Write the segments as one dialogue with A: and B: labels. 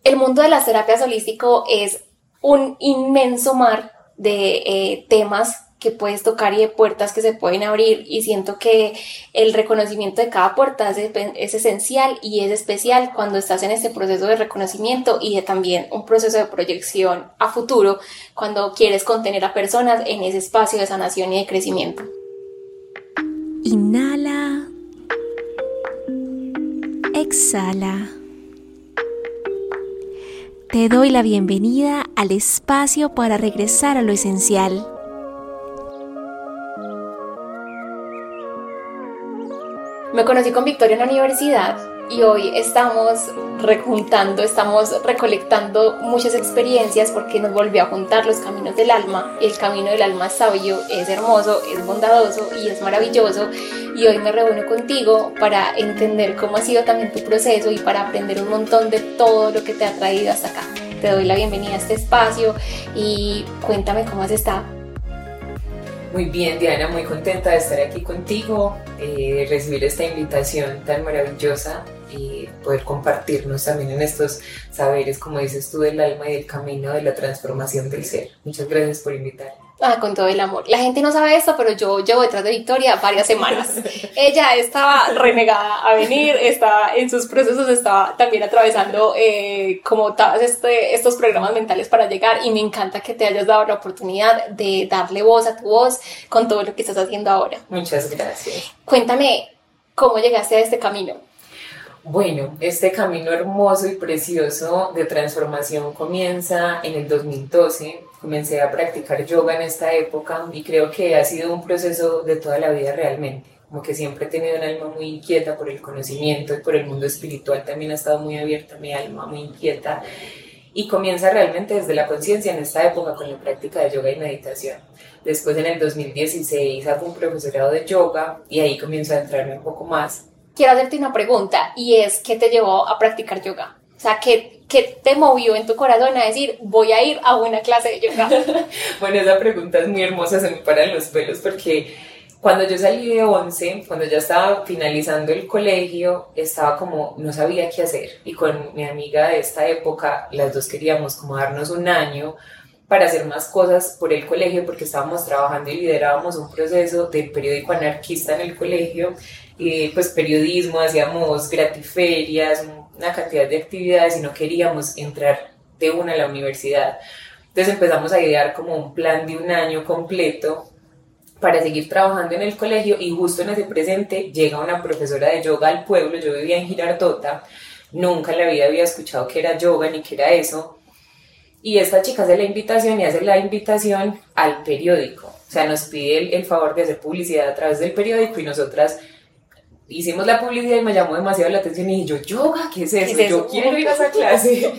A: El mundo de las terapias holístico es un inmenso mar de temas que puedes tocar y de puertas que se pueden abrir, y siento que el reconocimiento de cada puerta es esencial y es especial cuando estás en este proceso de reconocimiento y de también un proceso de proyección a futuro, cuando quieres contener a personas en ese espacio de sanación y de crecimiento.
B: Inhala. Exhala. Te doy la bienvenida al espacio para regresar a lo esencial.
A: Me conocí con Victoria en la universidad y hoy estamos rejuntando, estamos recolectando muchas experiencias porque nos volvió a juntar los caminos del alma. El camino del alma es sabio, es hermoso, es bondadoso y es maravilloso, y hoy me reúno contigo para entender cómo ha sido también tu proceso y para aprender un montón de todo lo que te ha traído hasta acá. Te doy la bienvenida a este espacio y cuéntame cómo has estado.
C: Muy bien, Diana, muy contenta de estar aquí contigo, recibir esta invitación tan maravillosa y poder compartirnos también en estos saberes, como dices tú, del alma y del camino de la transformación del ser. Muchas gracias por invitarme.
A: Con todo el amor. La gente no sabe esto, pero yo llevo detrás de Victoria varias semanas. Ella estaba renegada a venir, estaba en sus procesos, estaba también atravesando como todos estos programas mentales para llegar, y me encanta que te hayas dado la oportunidad de darle voz a tu voz con todo lo que estás haciendo ahora.
C: Muchas gracias.
A: Cuéntame, ¿cómo llegaste a este camino?
C: Bueno, este camino hermoso y precioso de transformación comienza en el 2012. Comencé a practicar yoga en esta época y creo que ha sido un proceso de toda la vida realmente. Como que siempre he tenido un alma muy inquieta por el conocimiento y por el mundo espiritual. También ha estado muy abierta mi alma, muy inquieta. Y comienza realmente desde la conciencia en esta época con la práctica de yoga y meditación. Después, en el 2016, hago un profesorado de yoga y ahí comienzo a entrarme un poco más.
A: Quiero hacerte una pregunta, y es, ¿qué te llevó a practicar yoga? O sea, ¿qué te movió en tu corazón a decir, voy a ir a una clase de yoga?
C: Bueno, esa pregunta es muy hermosa, se me paran los pelos, porque cuando yo salí de 11, cuando ya estaba finalizando el colegio, estaba como, no sabía qué hacer. Y con mi amiga de esta época, las dos queríamos como darnos un año para hacer más cosas por el colegio, porque estábamos trabajando y liderábamos un proceso de periódico anarquista en el colegio, y pues periodismo, hacíamos gratiferias, una cantidad de actividades, y no queríamos entrar de una a la universidad. Entonces empezamos a idear como un plan de un año completo para seguir trabajando en el colegio, y justo en ese presente llega una profesora de yoga al pueblo. Yo vivía en Girardota, nunca en la vida había escuchado que era yoga ni que era eso, y esta chica hace la invitación y hace la invitación al periódico, o sea, nos pide el favor de hacer publicidad a través del periódico, y nosotras hicimos la publicidad y me llamó demasiado la atención y dije, ¿yoga? ¿Qué es eso? Yo quiero ir a esa clase.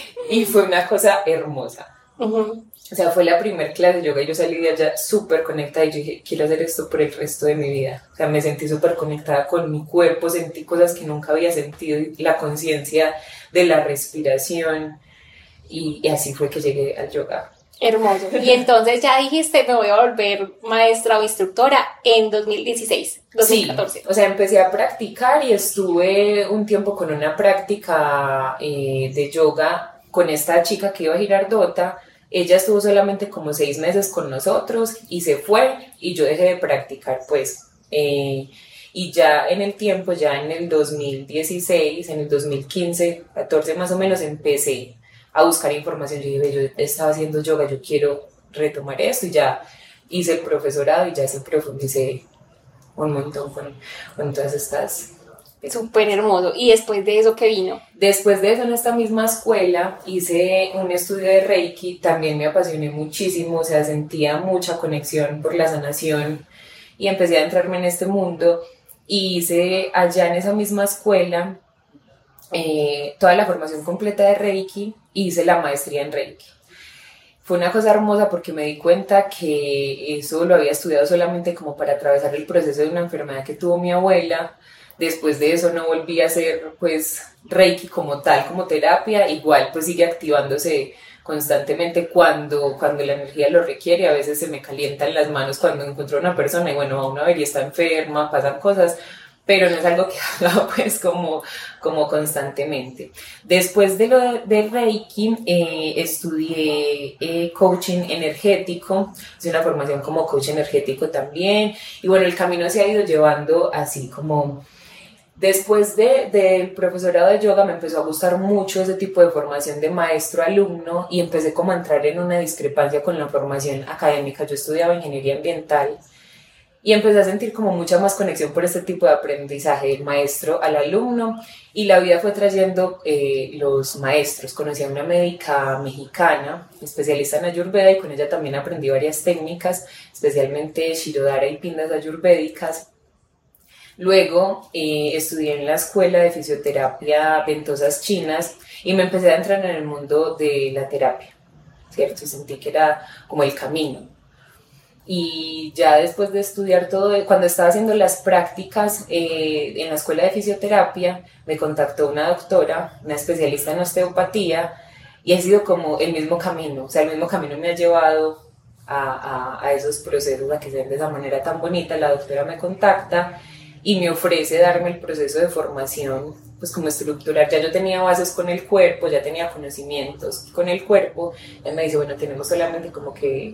C: Y fue una cosa hermosa. O sea, fue la primera clase de yoga y yo salí de allá súper conectada y yo dije, quiero hacer esto por el resto de mi vida. O sea, me sentí súper conectada con mi cuerpo, sentí cosas que nunca había sentido, la conciencia de la respiración, y así fue que llegué al yoga.
A: Hermoso. Y entonces ya dijiste, me voy a volver maestra o instructora en 2016, 2014.
C: Sí, o sea, empecé a practicar y estuve un tiempo con una práctica de yoga con esta chica que iba a Girardota. Ella estuvo solamente como 6 meses con nosotros y se fue, y yo dejé de practicar, pues. Y ya en el tiempo, ya en el 2016, en el 2015, 14 más o menos, empecé a buscar información. Yo dije, yo estaba haciendo yoga, yo quiero retomar esto, y ya hice el profesorado y ya se profundicé un montón con todas estas.
A: Súper hermoso. ¿Y después de eso qué vino?
C: Después de eso, en esta misma escuela hice un estudio de Reiki. También me apasioné muchísimo, o sea, sentía mucha conexión por la sanación y empecé a entrarme en este mundo, y hice allá en esa misma escuela toda la formación completa de Reiki, y hice la maestría en Reiki. Fue una cosa hermosa porque me di cuenta que eso lo había estudiado solamente como para atravesar el proceso de una enfermedad que tuvo mi abuela. Después de eso no volví a hacer pues Reiki como tal, como terapia. Igual pues sigue activándose constantemente cuando la energía lo requiere. A veces se me calientan las manos cuando encuentro a una persona y bueno, a una vez y está enferma, pasan cosas, pero no es algo que haga pues como constantemente. Después de lo de Reiki, estudié coaching energético, hice una formación como coach energético también, y bueno, el camino se ha ido llevando así como... Después del profesorado de yoga me empezó a gustar mucho ese tipo de formación de maestro-alumno y empecé como a entrar en una discrepancia con la formación académica. Yo estudiaba ingeniería ambiental y empecé a sentir como mucha más conexión por este tipo de aprendizaje del maestro al alumno, y la vida fue trayendo los maestros. Conocí a una médica mexicana, especialista en Ayurveda, y con ella también aprendí varias técnicas, especialmente Shirodhara y pindas ayurvédicas. Luego estudié en la escuela de fisioterapia Ventosas Chinas y me empecé a entrar en el mundo de la terapia, ¿cierto? Y sentí que era como el camino. Y ya después de estudiar todo, cuando estaba haciendo las prácticas en la escuela de fisioterapia, me contactó una doctora, una especialista en osteopatía, y ha sido como el mismo camino. O sea, el mismo camino me ha llevado a esos procesos, a que sean de esa manera tan bonita. La doctora me contacta y me ofrece darme el proceso de formación, pues como estructurar. Ya yo tenía bases con el cuerpo, ya tenía conocimientos con el cuerpo. Él me dice, bueno, tenemos solamente como que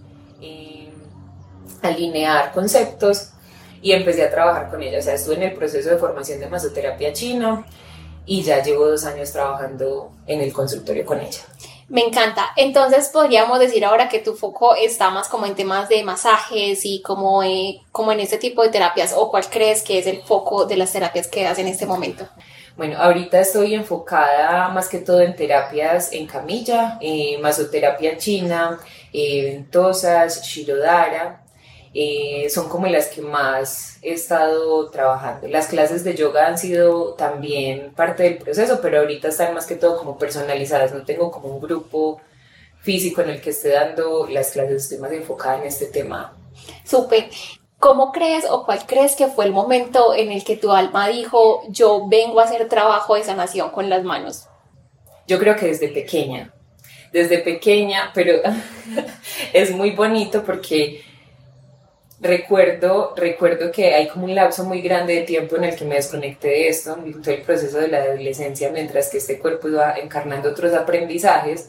C: alinear conceptos, y empecé a trabajar con ella. O sea, estuve en el proceso de formación de masoterapia china y ya llevo 2 años trabajando en el consultorio con ella.
A: Me encanta. Entonces podríamos decir ahora que tu foco está más como en temas de masajes y como en este tipo de terapias, ¿o cuál crees que es el foco de las terapias que das en este momento?
C: Bueno, ahorita estoy enfocada más que todo en terapias en camilla, masoterapia china, ventosas, Shirodhara. Son como las que más he estado trabajando. Las clases de yoga han sido también parte del proceso, pero ahorita están más que todo como personalizadas. No tengo como un grupo físico en el que esté dando las clases, estoy más enfocada en este tema.
A: Súper. ¿Cómo crees o cuál crees que fue el momento en el que tu alma dijo, yo vengo a hacer trabajo de sanación con las manos?
C: Yo creo que desde pequeña, pero es muy bonito porque recuerdo que hay como un lapso muy grande de tiempo en el que me desconecté de esto, en todo el proceso de la adolescencia, mientras que este cuerpo iba encarnando otros aprendizajes.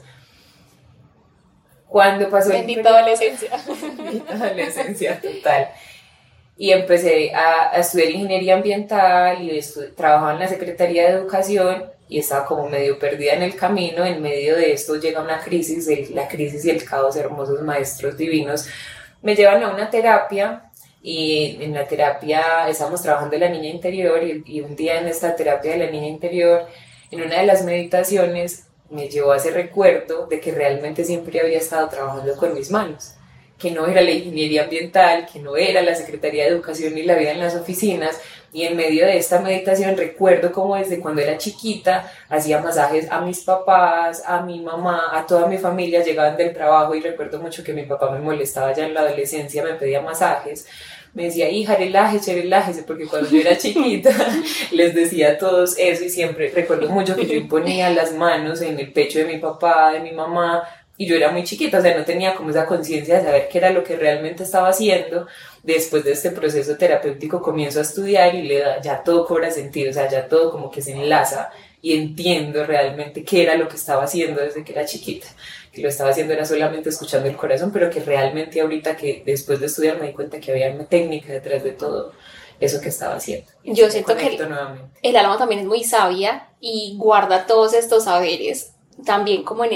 C: Cuando pasó
A: Bendita adolescencia.
C: Bendita adolescencia, total. Y empecé a estudiar ingeniería ambiental y trabajaba en la Secretaría de Educación y estaba como medio perdida en el camino. En medio de esto llega una crisis, la crisis y el caos, hermosos maestros divinos me llevan a una terapia, y en la terapia estamos trabajando en la niña interior, y un día en esta terapia de la niña interior, en una de las meditaciones, me llevó a ese recuerdo de que realmente siempre había estado trabajando con mis manos, que no era la ingeniería ambiental, que no era la Secretaría de Educación ni la vida en las oficinas. Y en medio de esta meditación recuerdo cómo desde cuando era chiquita hacía masajes a mis papás, a mi mamá, a toda mi familia. Llegaban del trabajo y recuerdo mucho que mi papá me molestaba ya en la adolescencia, me pedía masajes. Me decía, hija, relájese, porque cuando yo era chiquita les decía a todos eso, y siempre recuerdo mucho que yo ponía las manos en el pecho de mi papá, de mi mamá, y yo era muy chiquita, o sea, no tenía como esa conciencia de saber qué era lo que realmente estaba haciendo. Después de este proceso terapéutico comienzo a estudiar y ya todo cobra sentido, o sea, ya todo como que se enlaza y entiendo realmente qué era lo que estaba haciendo desde que era chiquita. Que lo estaba haciendo era solamente escuchando el corazón, pero que realmente ahorita que después de estudiar me di cuenta que había una técnica detrás de todo eso que estaba haciendo.
A: Yo siento que el alma también es muy sabia y guarda todos estos saberes. También como en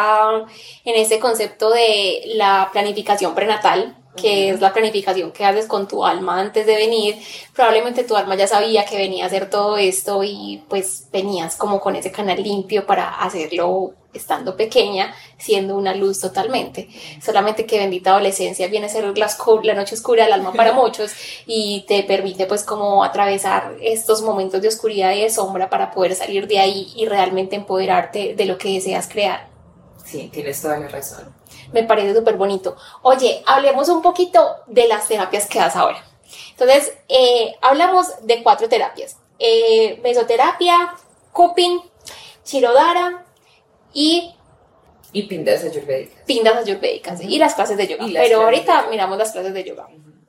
A: este concepto de la planificación prenatal, que es la planificación que haces con tu alma antes de venir. Probablemente tu alma ya sabía que venía a hacer todo esto y pues venías como con ese canal limpio para hacerlo estando pequeña, siendo una luz totalmente. Solamente que bendita adolescencia viene a ser la noche oscura del alma para muchos y te permite pues como atravesar estos momentos de oscuridad y de sombra para poder salir de ahí y realmente empoderarte de lo que deseas crear.
C: Sí, tienes toda la razón.
A: Me parece súper bonito. Oye, hablemos un poquito de las terapias que das ahora. Entonces, hablamos de 4 terapias. Mesoterapia, cupping, Shirodhara y
C: pindas ayurvédicas.
A: Pindas ayurvédicas, y las clases de yoga. Pero ahorita miramos las clases de yoga.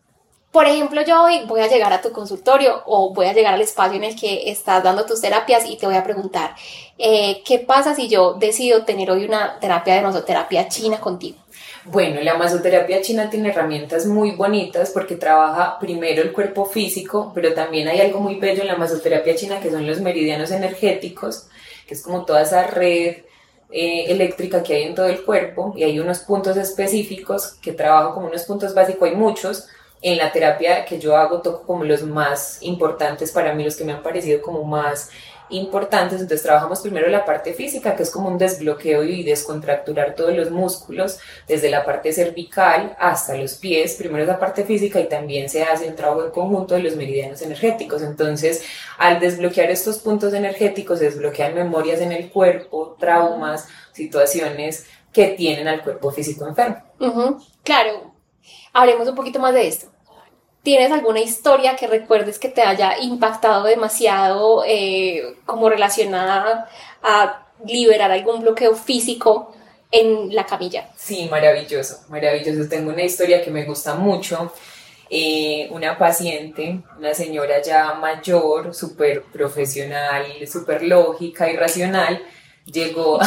A: Por ejemplo, yo hoy voy a llegar a tu consultorio o voy a llegar al espacio en el que estás dando tus terapias y te voy a preguntar, ¿qué pasa si yo decido tener hoy una terapia de masoterapia china contigo?
C: Bueno, la masoterapia china tiene herramientas muy bonitas porque trabaja primero el cuerpo físico, pero también hay algo muy bello en la masoterapia china que son los meridianos energéticos, que es como toda esa red eléctrica que hay en todo el cuerpo, y hay unos puntos específicos que trabajo como unos puntos básicos, hay muchos. En la terapia que yo hago toco como los más importantes para mí, los que me han parecido como más importantes. Entonces trabajamos primero la parte física, que es como un desbloqueo y descontracturar todos los músculos, desde la parte cervical hasta los pies. Primero es la parte física y también se hace un trabajo en conjunto de los meridianos energéticos. Entonces, al desbloquear estos puntos energéticos, se desbloquean memorias en el cuerpo, traumas, situaciones que tienen al cuerpo físico enfermo.
A: Claro. Hablemos un poquito más de esto. ¿Tienes alguna historia que recuerdes que te haya impactado demasiado como relacionada a liberar algún bloqueo físico en la camilla?
C: Sí, maravilloso, maravilloso. Tengo una historia que me gusta mucho. Una paciente, una señora ya mayor, súper profesional, súper lógica y racional, llegó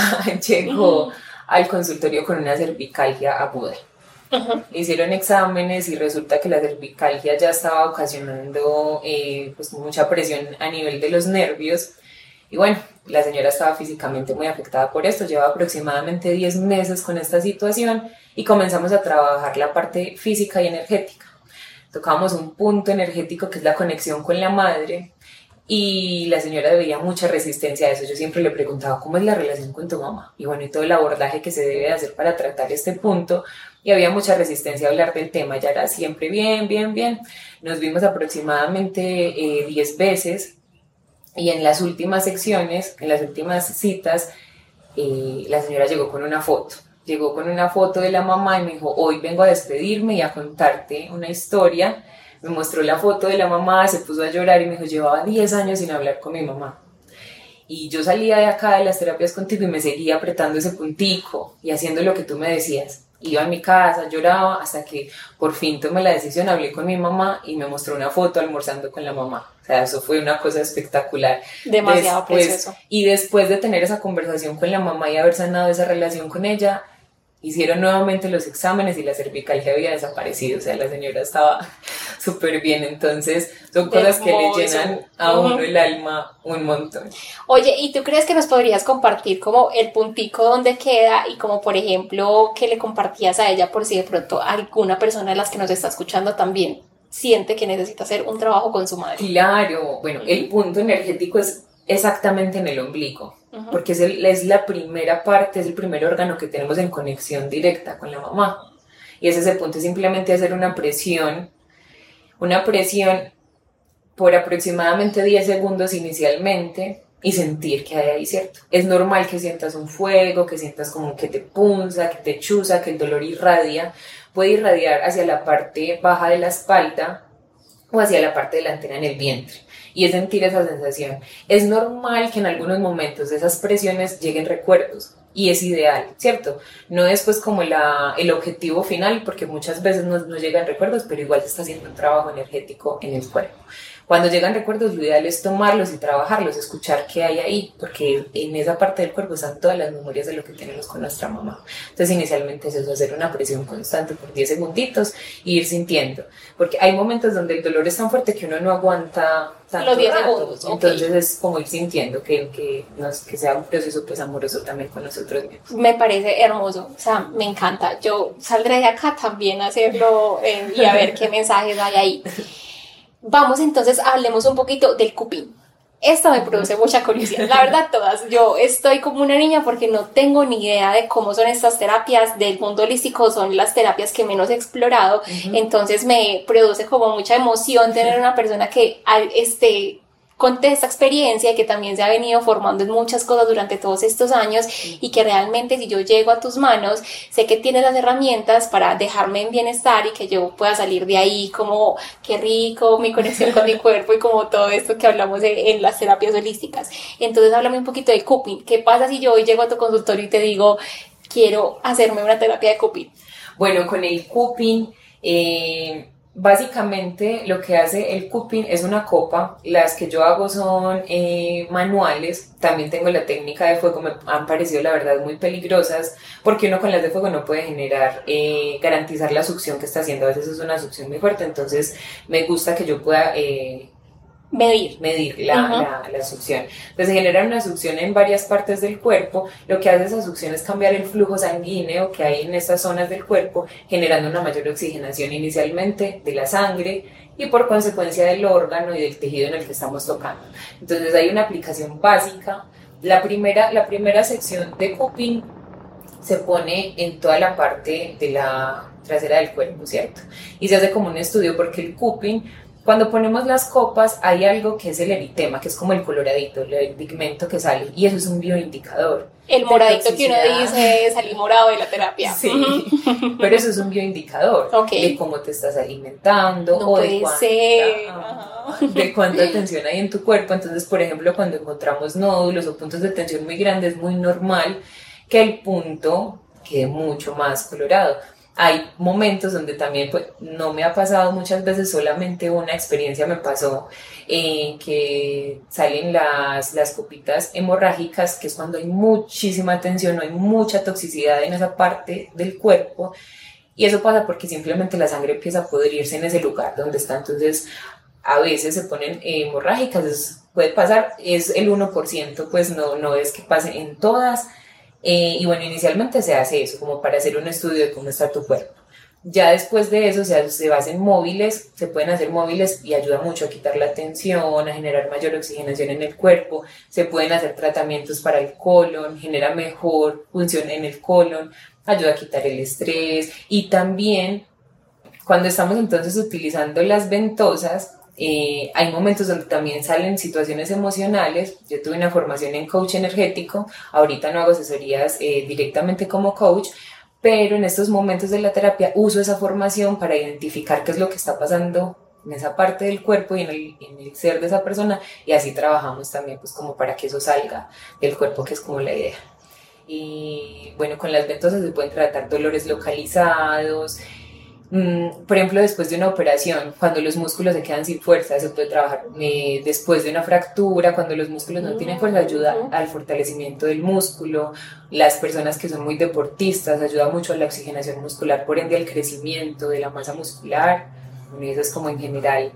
C: al consultorio con una cervicalgia aguda. Le hicieron exámenes y resulta que la cervicalgia ya estaba ocasionando pues mucha presión a nivel de los nervios, y bueno, la señora estaba físicamente muy afectada por esto. Lleva aproximadamente 10 meses con esta situación y comenzamos a trabajar la parte física y energética. Tocamos un punto energético que es la conexión con la madre, y la señora veía mucha resistencia a eso. Yo siempre le preguntaba, ¿cómo es la relación con tu mamá? Y bueno, y todo el abordaje que se debe hacer para tratar este punto, y había mucha resistencia a hablar del tema. Ya era siempre bien. Nos vimos aproximadamente 10 veces, y en las últimas secciones, en las últimas citas, la señora llegó con una foto. Llegó con una foto de la mamá y me dijo, hoy vengo a despedirme y a contarte una historia. Me mostró la foto de la mamá, se puso a llorar y me dijo, llevaba 10 años sin hablar con mi mamá. Y yo salía de acá de las terapias contigo y me seguía apretando ese puntico y haciendo lo que tú me decías. Iba a mi casa, lloraba, hasta que por fin tomé la decisión, hablé con mi mamá y me mostró una foto almorzando con la mamá. O sea, eso fue una cosa espectacular.
A: Demasiado precioso.
C: Y después de tener esa conversación con la mamá y haber sanado esa relación con ella, hicieron nuevamente los exámenes y la cervicalgia había desaparecido. O sea, la señora estaba súper bien. Entonces, son cosas que le llenan a uno el alma un montón.
A: Oye, ¿y tú crees que nos podrías compartir como el puntico donde queda y como, por ejemplo, que le compartías a ella por si de pronto alguna persona de las que nos está escuchando también siente que necesita hacer un trabajo con su madre?
C: Claro, bueno, el punto energético es exactamente en el ombligo, porque es la primera parte, es el primer órgano que tenemos en conexión directa con la mamá. Y ese punto es simplemente hacer una presión por aproximadamente 10 segundos inicialmente y sentir que hay ahí, ¿cierto? Es normal que sientas un fuego, que sientas como que te punza, que te chuza, que el dolor irradia. Puede irradiar hacia la parte baja de la espalda o hacia la parte delantera en el vientre. Y es sentir esa sensación. Es normal que en algunos momentos de esas presiones lleguen recuerdos, y es ideal, ¿cierto? No es pues como el objetivo final, porque muchas veces no llegan recuerdos, pero igual se está haciendo un trabajo energético en el cuerpo. Cuando llegan recuerdos, lo ideal es tomarlos y trabajarlos, escuchar qué hay ahí, porque en esa parte del cuerpo están todas las memorias de lo que tenemos con nuestra mamá. Entonces, inicialmente es eso, hacer una presión constante por 10 segunditos y ir sintiendo, porque hay momentos donde el dolor es tan fuerte que uno no aguanta tanto
A: los 10
C: rato.
A: segundos.
C: Entonces,
A: Okay.
C: Es como ir sintiendo que sea un proceso pues amoroso también con nosotros mismos.
A: Me parece hermoso, o sea, me encanta. Yo saldré de acá también a hacerlo y a ver qué mensajes hay ahí. Vamos entonces, hablemos un poquito del cupping. Esto me produce mucha curiosidad, la verdad todas. Yo estoy como una niña porque no tengo ni idea de cómo son estas terapias del mundo holístico, son las terapias que menos he explorado, entonces me produce como mucha emoción tener una persona que conté esta experiencia y que también se ha venido formando en muchas cosas durante todos estos años, y que realmente si yo llego a tus manos, sé que tienes las herramientas para dejarme en bienestar y que yo pueda salir de ahí como qué rico, mi conexión con mi cuerpo y como todo esto que hablamos en las terapias holísticas. Entonces háblame un poquito del cupping. ¿Qué pasa si yo hoy llego a tu consultorio y te digo quiero hacerme una terapia de cupping?
C: Bueno, con el cupping Básicamente lo que hace el cupping es una copa. Las que yo hago son manuales. También tengo la técnica de fuego. Me han parecido la verdad muy peligrosas porque uno con las de fuego no puede generar, garantizar la succión que está haciendo. A veces es una succión muy fuerte, entonces me gusta que yo pueda medir la succión. Entonces genera una succión en varias partes del cuerpo. Lo que hace esa succión es cambiar el flujo sanguíneo que hay en estas zonas del cuerpo, generando una mayor oxigenación inicialmente de la sangre y por consecuencia del órgano y del tejido en el que estamos tocando. Entonces hay una aplicación básica. La primera sección de cupping se pone en toda la parte de la trasera del cuerpo, ¿cierto? Y se hace como un estudio porque el cupping, cuando ponemos las copas, hay algo que es el eritema, que es como el coloradito, el pigmento que sale, y eso es un bioindicador.
A: El moradito que uno dice, salí morado de la terapia.
C: Sí, pero eso es un bioindicador de cómo te estás alimentando,
A: no
C: o
A: de
C: cuánta tensión hay en tu cuerpo. Entonces, por ejemplo, cuando encontramos nódulos o puntos de tensión muy grandes, es muy normal que el punto quede mucho más colorado. Hay momentos donde también, pues, no me ha pasado muchas veces, solamente una experiencia me pasó, que salen las copitas hemorrágicas, que es cuando hay muchísima tensión, hay mucha toxicidad en esa parte del cuerpo, y eso pasa porque simplemente la sangre empieza a podrirse en ese lugar donde está. Entonces a veces se ponen hemorrágicas, puede pasar, es el 1%, pues no es que pase en todas. Y bueno, inicialmente se hace eso, como para hacer un estudio de cómo está tu cuerpo. Ya después de eso se hacen móviles, se pueden hacer móviles y ayuda mucho a quitar la tensión, a generar mayor oxigenación en el cuerpo. Se pueden hacer tratamientos para el colon, genera mejor función en el colon, ayuda a quitar el estrés. Y también, cuando estamos entonces utilizando las ventosas, hay momentos donde también salen situaciones emocionales. Yo tuve una formación en coach energético, ahorita no hago asesorías directamente como coach, pero en estos momentos de la terapia uso esa formación para identificar qué es lo que está pasando en esa parte del cuerpo y en el ser de esa persona, y así trabajamos también, pues, como para que eso salga del cuerpo, que es como la idea. Y bueno, con las ventosas se pueden tratar dolores localizados. Por ejemplo, después de una operación, cuando los músculos se quedan sin fuerza, se puede trabajar. Después de una fractura, cuando los músculos no tienen fuerza, ayuda al fortalecimiento del músculo. Las personas que son muy deportistas, ayuda mucho a la oxigenación muscular, por ende al crecimiento de la masa muscular. Bueno, eso es como en general.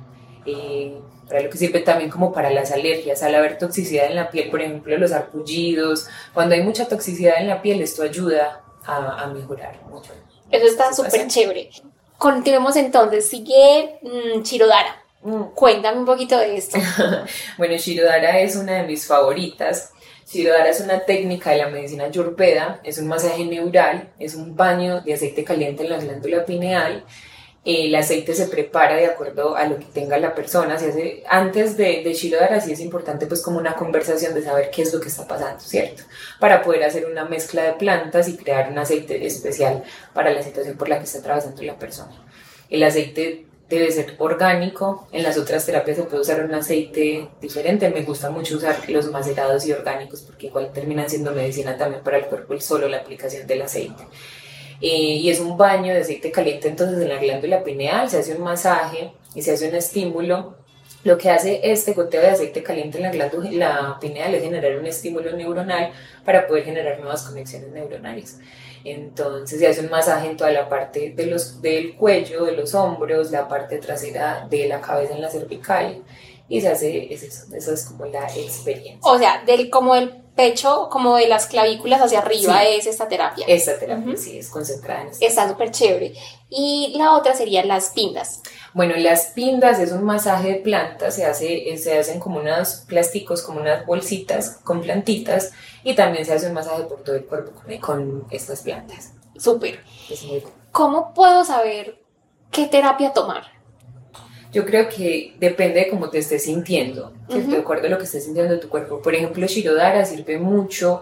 C: Para lo que sirve también como para las alergias. Al haber toxicidad en la piel, por ejemplo, los sarpullidos, cuando hay mucha toxicidad en la piel, esto ayuda a mejorar mucho.
A: Eso está súper chévere. Continuemos entonces, sigue Shirodara. Cuéntame un poquito de esto.
C: Bueno, Shirodara es una de mis favoritas. Shirodara es una técnica de la medicina Ayurveda, es un masaje neural, es un baño de aceite caliente en la glándula pineal. El aceite se prepara de acuerdo a lo que tenga la persona. Se hace antes de Shirodara. Sí es importante, pues, como una conversación de saber qué es lo que está pasando, ¿cierto? Para poder hacer una mezcla de plantas y crear un aceite especial para la situación por la que está atravesando la persona. El aceite debe ser orgánico. En las otras terapias se puede usar un aceite diferente. Me gusta mucho usar los macerados y orgánicos porque igual terminan siendo medicina también para el cuerpo, solo la aplicación del aceite. Y es un baño de aceite caliente entonces en la glándula pineal, se hace un masaje y se hace un estímulo. Lo que hace este goteo de aceite caliente en la glándula pineal es generar un estímulo neuronal para poder generar nuevas conexiones neuronales. Entonces se hace un masaje en toda la parte del cuello, de los hombros, la parte trasera de la cabeza en la cervical, y se hace eso es como la experiencia.
A: O sea, como el pecho, como de las clavículas hacia arriba, sí, es esta terapia.
C: Esta terapia, sí, es concentrada en esto.
A: Está súper chévere. Y la otra serían las pindas.
C: Bueno, las pindas es un masaje de plantas, se hacen como unos plásticos, como unas bolsitas con plantitas, y también se hace un masaje por todo el cuerpo con estas plantas.
A: Súper.
C: Es muy bueno.
A: ¿Cómo puedo saber qué terapia tomar?
C: Yo creo que depende de cómo te estés sintiendo, de acuerdo a lo que estés sintiendo en tu cuerpo. Por ejemplo, Shirodara sirve mucho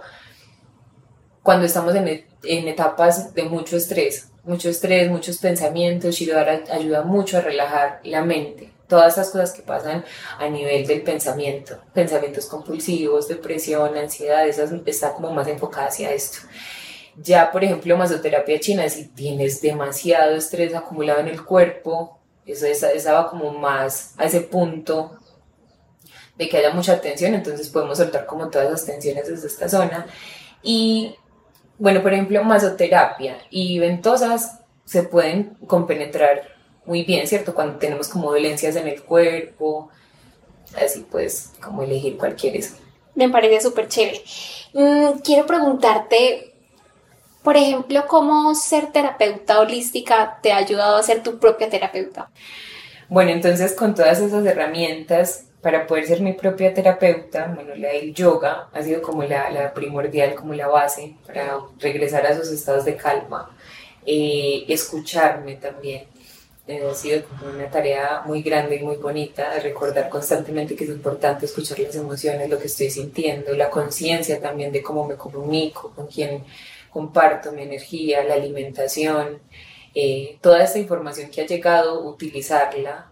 C: cuando estamos en etapas de muchos estrés, muchos pensamientos. Shirodara ayuda mucho a relajar la mente. Todas estas cosas que pasan a nivel del pensamiento, pensamientos compulsivos, depresión, ansiedad, está como más enfocada hacia esto. Ya, por ejemplo, masoterapia china, si tienes demasiado estrés acumulado en el cuerpo, Eso estaba como más a ese punto de que haya mucha tensión, entonces podemos soltar como todas las tensiones desde esta zona. Y bueno, por ejemplo, masoterapia y ventosas se pueden compenetrar muy bien, ¿cierto? Cuando tenemos como dolencias en el cuerpo, así pues, como elegir cuál quieres.
A: Me parece súper chévere. Quiero preguntarte, por ejemplo, ¿cómo ser terapeuta holística te ha ayudado a ser tu propia terapeuta?
C: Bueno, entonces con todas esas herramientas para poder ser mi propia terapeuta, bueno, la del yoga ha sido como la primordial, como la base para regresar a esos estados de calma. Escucharme también. Ha sido como una tarea muy grande y muy bonita, de recordar constantemente que es importante escuchar las emociones, lo que estoy sintiendo, la conciencia también de cómo me comunico, con quién comparto mi energía, la alimentación, toda esta información que ha llegado, utilizarla,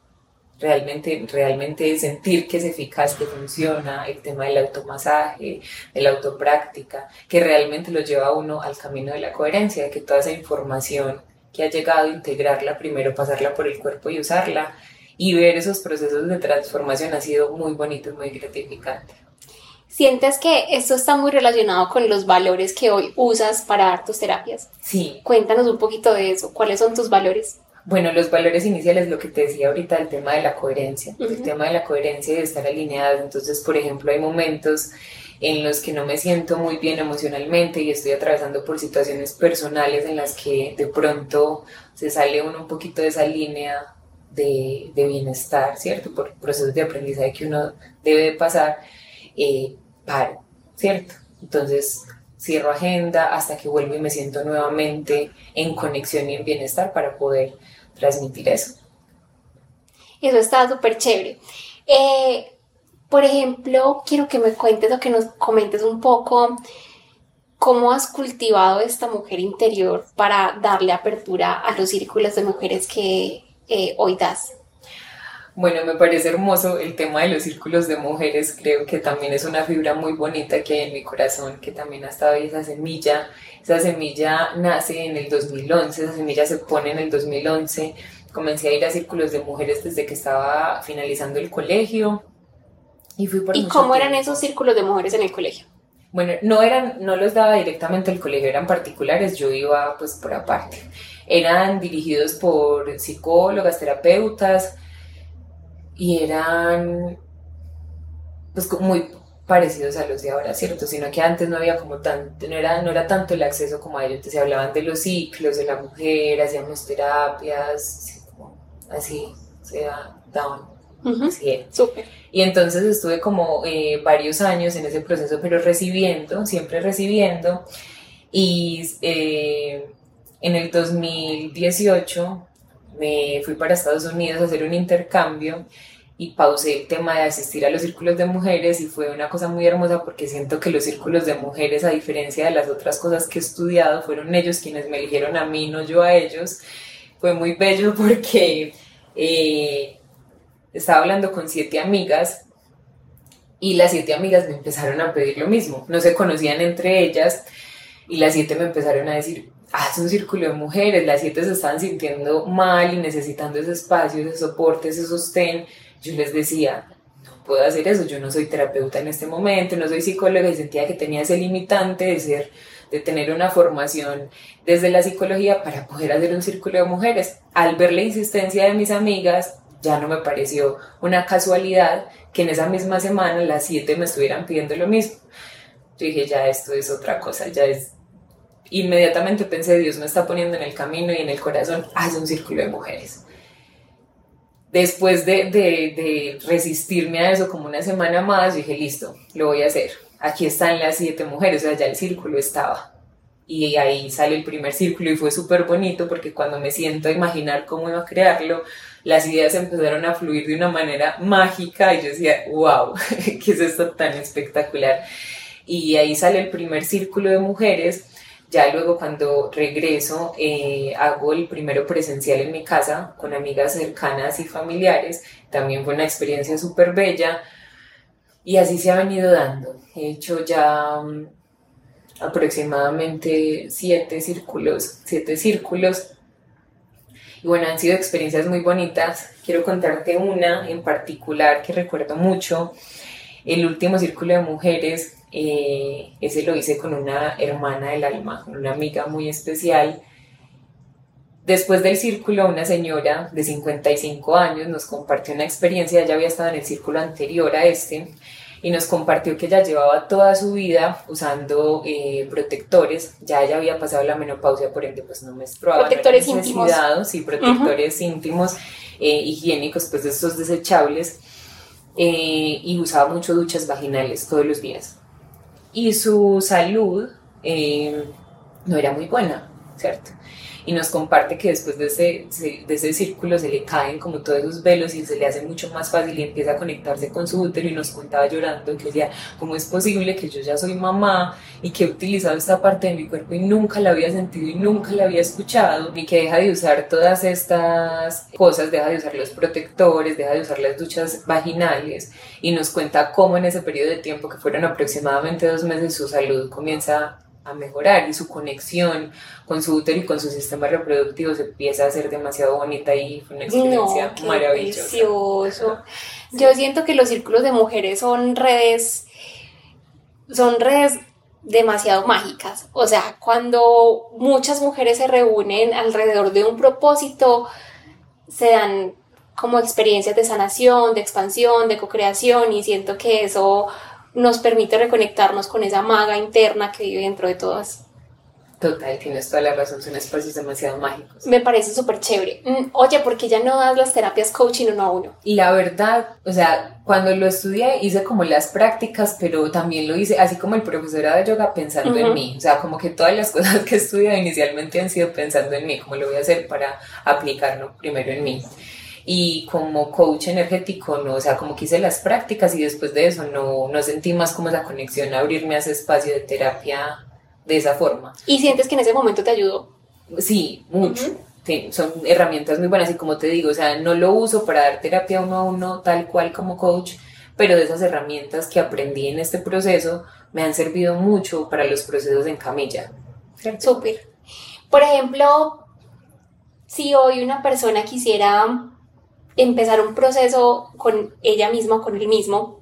C: realmente sentir que es eficaz, que funciona, el tema del automasaje, de la autopráctica, que realmente lo lleva a uno al camino de la coherencia, de que toda esa información que ha llegado, integrarla primero, pasarla por el cuerpo y usarla, y ver esos procesos de transformación ha sido muy bonito y muy gratificante.
A: ¿Sientes que esto está muy relacionado con los valores que hoy usas para dar tus terapias?
C: Sí.
A: Cuéntanos un poquito de eso. ¿Cuáles son tus valores?
C: Bueno, los valores iniciales, lo que te decía ahorita, el tema de la coherencia, el tema de la coherencia y de estar alineadas. Entonces, por ejemplo, hay momentos en los que no me siento muy bien emocionalmente y estoy atravesando por situaciones personales en las que de pronto se sale uno un poquito de esa línea de bienestar, ¿cierto? Por procesos de aprendizaje que uno debe de pasar, paro, ¿cierto? Entonces cierro agenda hasta que vuelvo y me siento nuevamente en conexión y en bienestar para poder transmitir eso.
A: Eso está súper chévere. Por ejemplo, quiero que me cuentes o que nos comentes un poco cómo has cultivado esta mujer interior para darle apertura a los círculos de mujeres que hoy das.
C: Bueno, me parece hermoso el tema de los círculos de mujeres, creo que también es una fibra muy bonita que hay en mi corazón, que también ha estado ahí esa semilla nace en el 2011, esa semilla se pone en el 2011, comencé a ir a círculos de mujeres desde que estaba finalizando el colegio y fui por
A: ¿Y
C: mucho
A: cómo
C: tiempo.
A: eran esos círculos de mujeres en el colegio?
C: Bueno, no los daba directamente el colegio, eran particulares, yo iba pues por aparte. Eran dirigidos por psicólogas, terapeutas, y eran pues muy parecidos a los de ahora, ¿cierto? Sino que antes no había como tanto, no era tanto el acceso como a ellos, entonces se hablaban de los ciclos de la mujer, hacíamos terapias, así se daban, así era.
A: Súper.
C: Y entonces estuve como varios años en ese proceso, pero siempre recibiendo, y en el 2018 me fui para Estados Unidos a hacer un intercambio y pausé el tema de asistir a los círculos de mujeres y fue una cosa muy hermosa porque siento que los círculos de mujeres, a diferencia de las otras cosas que he estudiado, fueron ellos quienes me eligieron a mí, no yo a ellos. Fue muy bello porque estaba hablando con 7 amigas y las 7 amigas me empezaron a pedir lo mismo, no se conocían entre ellas y las 7 me empezaron a decir: es un círculo de mujeres, las 7 se estaban sintiendo mal y necesitando ese espacio, ese soporte, ese sostén. Yo les decía, no puedo hacer eso, yo no soy terapeuta en este momento, no soy psicóloga, y sentía que tenía ese limitante de tener una formación desde la psicología para poder hacer un círculo de mujeres. Al ver la insistencia de mis amigas, ya no me pareció una casualidad que en esa misma semana las 7 me estuvieran pidiendo lo mismo. Yo dije, ya esto es otra cosa, ya es... Inmediatamente pensé, Dios me está poniendo en el camino y en el corazón, haz un círculo de mujeres. Después de resistirme a eso como una semana más, dije, listo, lo voy a hacer. Aquí están las 7 mujeres, o sea, ya el círculo estaba. Y ahí sale el primer círculo y fue súper bonito porque cuando me siento a imaginar cómo iba a crearlo, las ideas empezaron a fluir de una manera mágica y yo decía, wow, ¿qué es esto tan espectacular? Y ahí sale el primer círculo de mujeres. Ya luego cuando regreso hago el primero presencial en mi casa con amigas cercanas y familiares, también fue una experiencia súper bella y así se ha venido dando. He hecho ya aproximadamente 7 círculos Y bueno, han sido experiencias muy bonitas. Quiero contarte una en particular que recuerdo mucho. El último círculo de mujeres, ese lo hice con una hermana del alma, con una amiga muy especial. Después del círculo, una señora de 55 años nos compartió una experiencia. Ella había estado en el círculo anterior a este y nos compartió que ella llevaba toda su vida usando protectores. Ya ella había pasado la menopausia, por ende pues no menstruaba.
A: Protectores
C: no
A: íntimos.
C: Sí, protectores íntimos, higiénicos, pues de estos desechables. Y usaba mucho duchas vaginales todos los días. Y su salud no era muy buena, ¿cierto? Y nos comparte que después de ese círculo se le caen como todos esos velos y se le hace mucho más fácil y empieza a conectarse con su útero, y nos contaba llorando que decía, ¿cómo es posible que yo ya soy mamá y que he utilizado esta parte de mi cuerpo y nunca la había sentido y nunca la había escuchado? Y que deja de usar todas estas cosas, deja de usar los protectores, deja de usar las duchas vaginales, y nos cuenta cómo en ese periodo de tiempo, que fueron aproximadamente 2 meses, su salud comienza a mejorar y su conexión con su útero y con su sistema reproductivo se empieza a hacer demasiado bonita, y fue una experiencia maravillosa.
A: Delicioso. Yo siento que los círculos de mujeres son redes demasiado mágicas. O sea, cuando muchas mujeres se reúnen alrededor de un propósito, se dan como experiencias de sanación, de expansión, de co-creación, y siento que eso nos permite reconectarnos con esa maga interna que vive dentro de todas.
C: Total, tienes toda la razón, son espacios demasiado mágicos.
A: Me parece súper chévere. Oye, ¿por qué ya no das las terapias coaching uno a uno?
C: Y la verdad, o sea, cuando lo estudié hice como las prácticas, pero también lo hice, así como el profesorado de yoga, pensando en mí. O sea, como que todas las cosas que he estudiado inicialmente han sido pensando en mí, cómo lo voy a hacer para aplicarlo primero en mí. Y como coach energético, no, o sea, como que hice las prácticas y después de eso no sentí más como esa conexión a abrirme a ese espacio de terapia de esa forma.
A: ¿Y sientes que en ese momento te ayudó?
C: Sí, mucho. Sí, son herramientas muy buenas y como te digo, o sea, no lo uso para dar terapia uno a uno tal cual como coach, pero de esas herramientas que aprendí en este proceso me han servido mucho para los procesos en camilla.
A: Súper. Por ejemplo, si hoy una persona quisiera empezar un proceso con ella misma o con él mismo,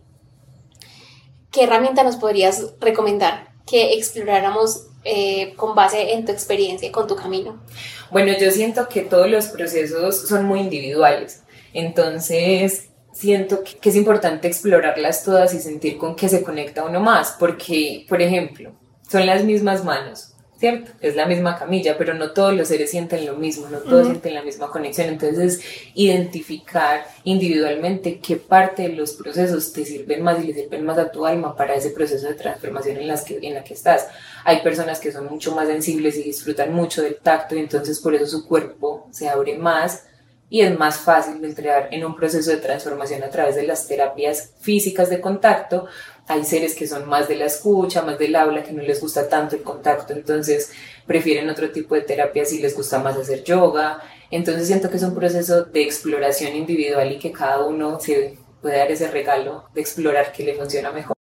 A: ¿qué herramienta nos podrías recomendar que exploráramos con base en tu experiencia y con tu camino?
C: Bueno, yo siento que todos los procesos son muy individuales, entonces siento que es importante explorarlas todas y sentir con qué se conecta uno más, porque, por ejemplo, son las mismas manos, ¿cierto? Es la misma camilla, pero no todos los seres sienten lo mismo, no todos sienten la misma conexión. Entonces, identificar individualmente qué parte de los procesos te sirven más y le sirven más a tu alma para ese proceso de transformación en la que estás. Hay personas que son mucho más sensibles y disfrutan mucho del tacto, y entonces por eso su cuerpo se abre más y es más fácil de entrar en un proceso de transformación a través de las terapias físicas de contacto. Hay seres que son más de la escucha, más del habla, que no les gusta tanto el contacto, entonces prefieren otro tipo de terapias y les gusta más hacer yoga. Entonces siento que es un proceso de exploración individual y que cada uno se puede dar ese regalo de explorar qué le funciona mejor.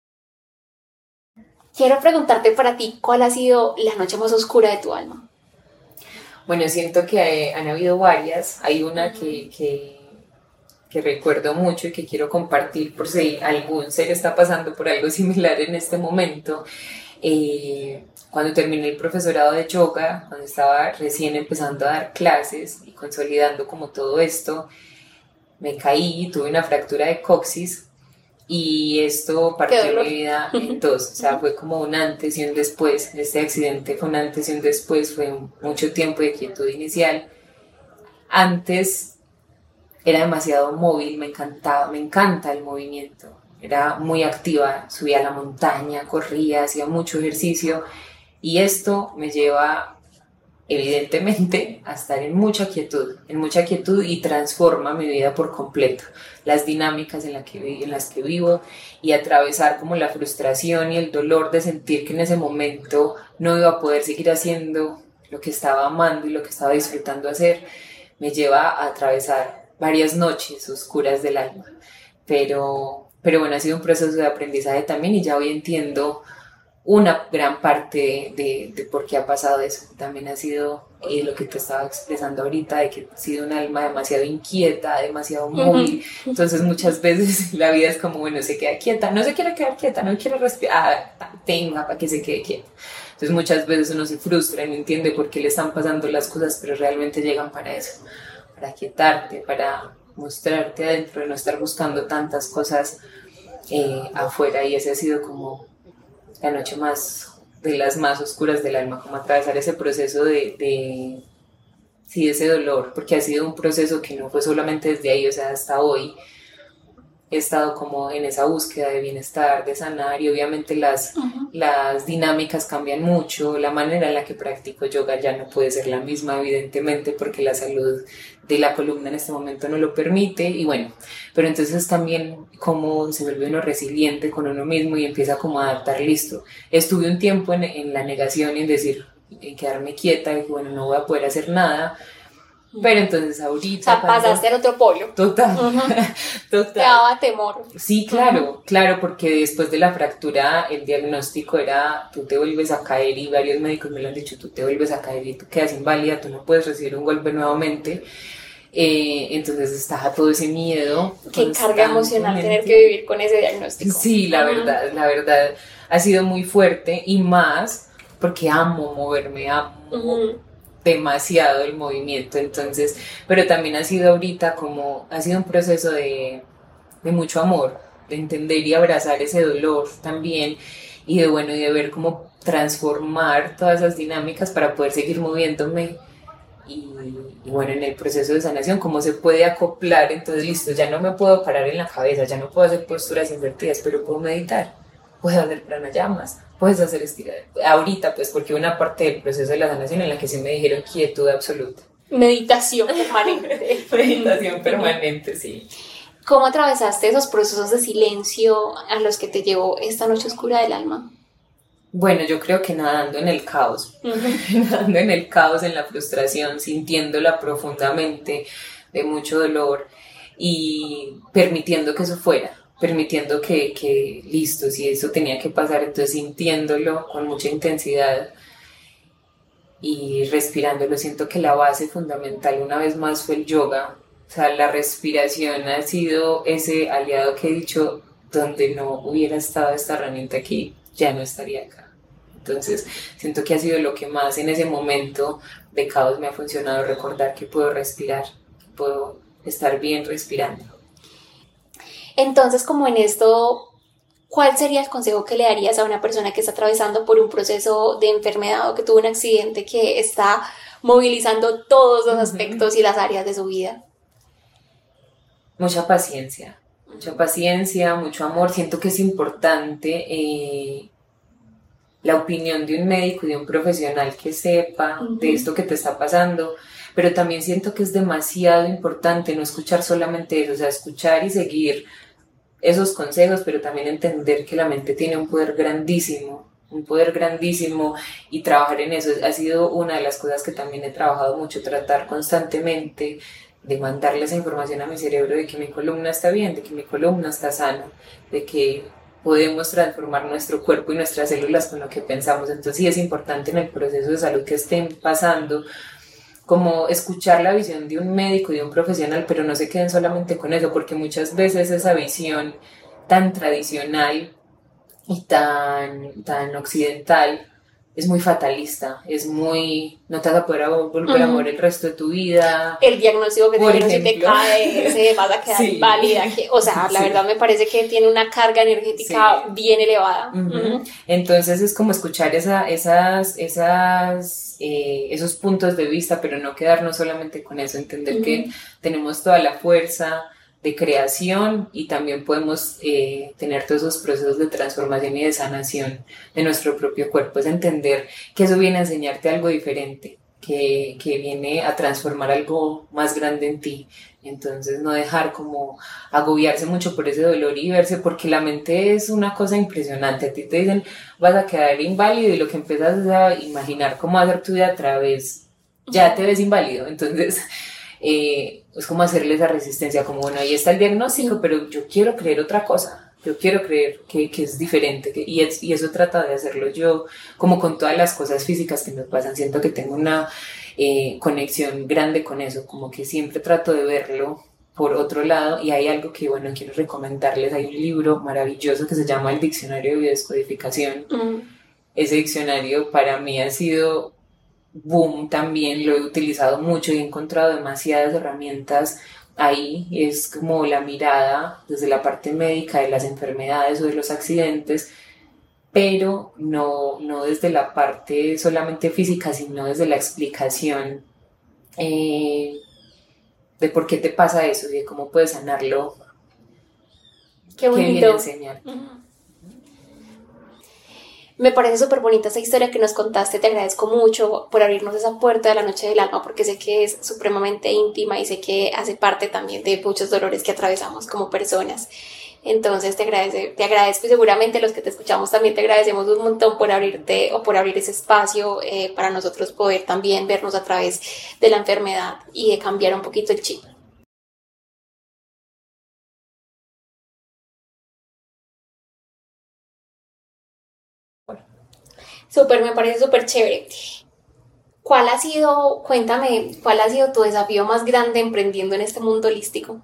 A: Quiero preguntarte para ti, ¿cuál ha sido la noche más oscura de tu alma?
C: Bueno, siento que han habido varias. Hay una que recuerdo mucho y que quiero compartir por si algún ser está pasando por algo similar en este momento. Cuando terminé el profesorado de yoga, cuando estaba recién empezando a dar clases y consolidando como todo esto, me caí, tuve una fractura de coxis y esto partió mi vida en dos. O sea, fue como un antes y un después. Este accidente fue un antes y un después, fue mucho tiempo de quietud inicial. Antes era demasiado móvil, me encanta el movimiento, era muy activa, subía a la montaña, corría, hacía mucho ejercicio, y esto me lleva evidentemente a estar en mucha quietud y transforma mi vida por completo, las dinámicas en las que vivo, y atravesar como la frustración y el dolor de sentir que en ese momento no iba a poder seguir haciendo lo que estaba amando y lo que estaba disfrutando hacer, me lleva a atravesar varias noches oscuras del alma, pero bueno, ha sido un proceso de aprendizaje también, y ya hoy entiendo una gran parte de por qué ha pasado eso. También ha sido lo que te estaba expresando ahorita, de que he sido un alma demasiado inquieta, demasiado móvil. Entonces muchas veces la vida es como, bueno, se queda quieta, no se quiere quedar quieta, no quiere respirar, tenga para que se quede quieta. Entonces muchas veces uno se frustra y no entiende por qué le están pasando las cosas, pero realmente llegan para eso, para quietarte, para mostrarte adentro y no estar buscando tantas cosas afuera. Y ese ha sido como la noche de las más oscuras del alma, como atravesar ese proceso de ese dolor, porque ha sido un proceso que no fue solamente desde ahí, o sea, hasta hoy he estado como en esa búsqueda de bienestar, de sanar, y obviamente las dinámicas cambian mucho, la manera en la que practico yoga ya no puede ser la misma, evidentemente, porque la salud de la columna en este momento no lo permite, y bueno, pero entonces también como se vuelve uno resiliente con uno mismo y empieza como a adaptar, listo. Estuve un tiempo en la negación y en decir, en quedarme quieta, y bueno, no voy a poder hacer nada. Pero entonces ahorita...
A: O sea, pasaste al otro polo.
C: Total, total.
A: Te daba temor.
C: Sí, claro, claro, porque después de la fractura el diagnóstico era, tú te vuelves a caer, y varios médicos me lo han dicho, tú te vuelves a caer y tú quedas inválida, tú no puedes recibir un golpe nuevamente. Entonces estaba todo ese miedo.
A: Qué carga emocional tener que vivir con ese diagnóstico.
C: Sí, la verdad ha sido muy fuerte, y más porque amo moverme, amo demasiado el movimiento. Entonces, pero también ha sido ahorita como, ha sido un proceso de mucho amor, de entender y abrazar ese dolor también, y de ver cómo transformar todas esas dinámicas para poder seguir moviéndome. Y bueno, en el proceso de sanación, cómo se puede acoplar. Entonces, listo, ya no me puedo parar en la cabeza, ya no puedo hacer posturas invertidas, pero puedo meditar, puedo hacer pranayamas, puedes hacer estirar. Ahorita, pues, porque una parte del proceso de la sanación en la que sí me dijeron quietud absoluta.
A: Meditación permanente.
C: Meditación permanente, sí.
A: ¿Cómo atravesaste esos procesos de silencio a los que te llevó esta noche oscura del alma?
C: Bueno, yo creo que nadando en el caos, nadando en el caos, en la frustración, sintiéndola profundamente, de mucho dolor, y permitiendo que eso fuera, permitiendo que listo, si eso tenía que pasar, entonces sintiéndolo con mucha intensidad y respirándolo. Siento que la base fundamental una vez más fue el yoga. O sea, la respiración ha sido ese aliado que he dicho, donde no hubiera estado esta herramienta aquí, ya no estaría acá. Entonces, siento que ha sido lo que más en ese momento de caos me ha funcionado, recordar que puedo respirar, que puedo estar bien respirando.
A: Entonces, como en esto, ¿cuál sería el consejo que le darías a una persona que está atravesando por un proceso de enfermedad o que tuvo un accidente que está movilizando todos los aspectos y las áreas de su vida?
C: Mucha paciencia, mucho amor. Siento que es importante la opinión de un médico y de un profesional que sepa de esto que te está pasando, pero también siento que es demasiado importante no escuchar solamente eso, o sea, escuchar y seguir esos consejos, pero también entender que la mente tiene un poder grandísimo, y trabajar en eso. Ha sido una de las cosas que también he trabajado mucho, tratar constantemente de mandarle esa información a mi cerebro de que mi columna está bien, de que mi columna está sana, de que podemos transformar nuestro cuerpo y nuestras células con lo que pensamos. Entonces sí es importante en el proceso de salud que estén pasando, como escuchar la visión de un médico y de un profesional, pero no se queden solamente con eso, porque muchas veces esa visión tan tradicional y tan occidental es muy fatalista, es muy, no te vas a poder volver a morir el resto de tu vida.
A: El diagnóstico que te si te cae, se vas a quedar inválida. O sea, la verdad me parece que tiene una carga energética bien elevada.
C: Entonces es como escuchar esos puntos de vista, pero no quedarnos solamente con eso, entender que tenemos toda la fuerza de creación y también podemos tener todos esos procesos de transformación y de sanación de nuestro propio cuerpo. Es entender que eso viene a enseñarte algo diferente, que viene a transformar algo más grande en ti. Entonces no dejar como agobiarse mucho por ese dolor y verse, porque la mente es una cosa impresionante. A ti te dicen vas a quedar inválido y lo que empiezas es a imaginar cómo hacer tu vida a través, ya te ves inválido. Entonces es como hacerle esa resistencia, como bueno, ahí está el diagnóstico, pero yo quiero creer otra cosa, Yo quiero creer que es diferente y eso trato de hacerlo yo, como con todas las cosas físicas que me pasan. Siento que tengo una conexión grande con eso, como que siempre trato de verlo por otro lado. Y hay algo que, bueno, quiero recomendarles. Hay un libro maravilloso que se llama El Diccionario de Biodescodificación. Ese diccionario para mí ha sido boom también, lo he utilizado mucho y he encontrado demasiadas herramientas ahí. Es como la mirada desde la parte médica de las enfermedades o de los accidentes, pero no desde la parte solamente física, sino desde la explicación de por qué te pasa eso y de cómo puedes sanarlo.
A: Qué bonito.
C: Qué bien enseñar.
A: Me parece súper bonita esa historia que nos contaste, te agradezco mucho por abrirnos esa puerta de la noche del alma, porque sé que es supremamente íntima y sé que hace parte también de muchos dolores que atravesamos como personas. Entonces te agradezco y seguramente los que te escuchamos también te agradecemos un montón por abrirte o por abrir ese espacio para nosotros poder también vernos a través de la enfermedad y de cambiar un poquito el chip. Súper, me parece súper chévere. Cuéntame, cuál ha sido tu desafío más grande emprendiendo en este mundo holístico?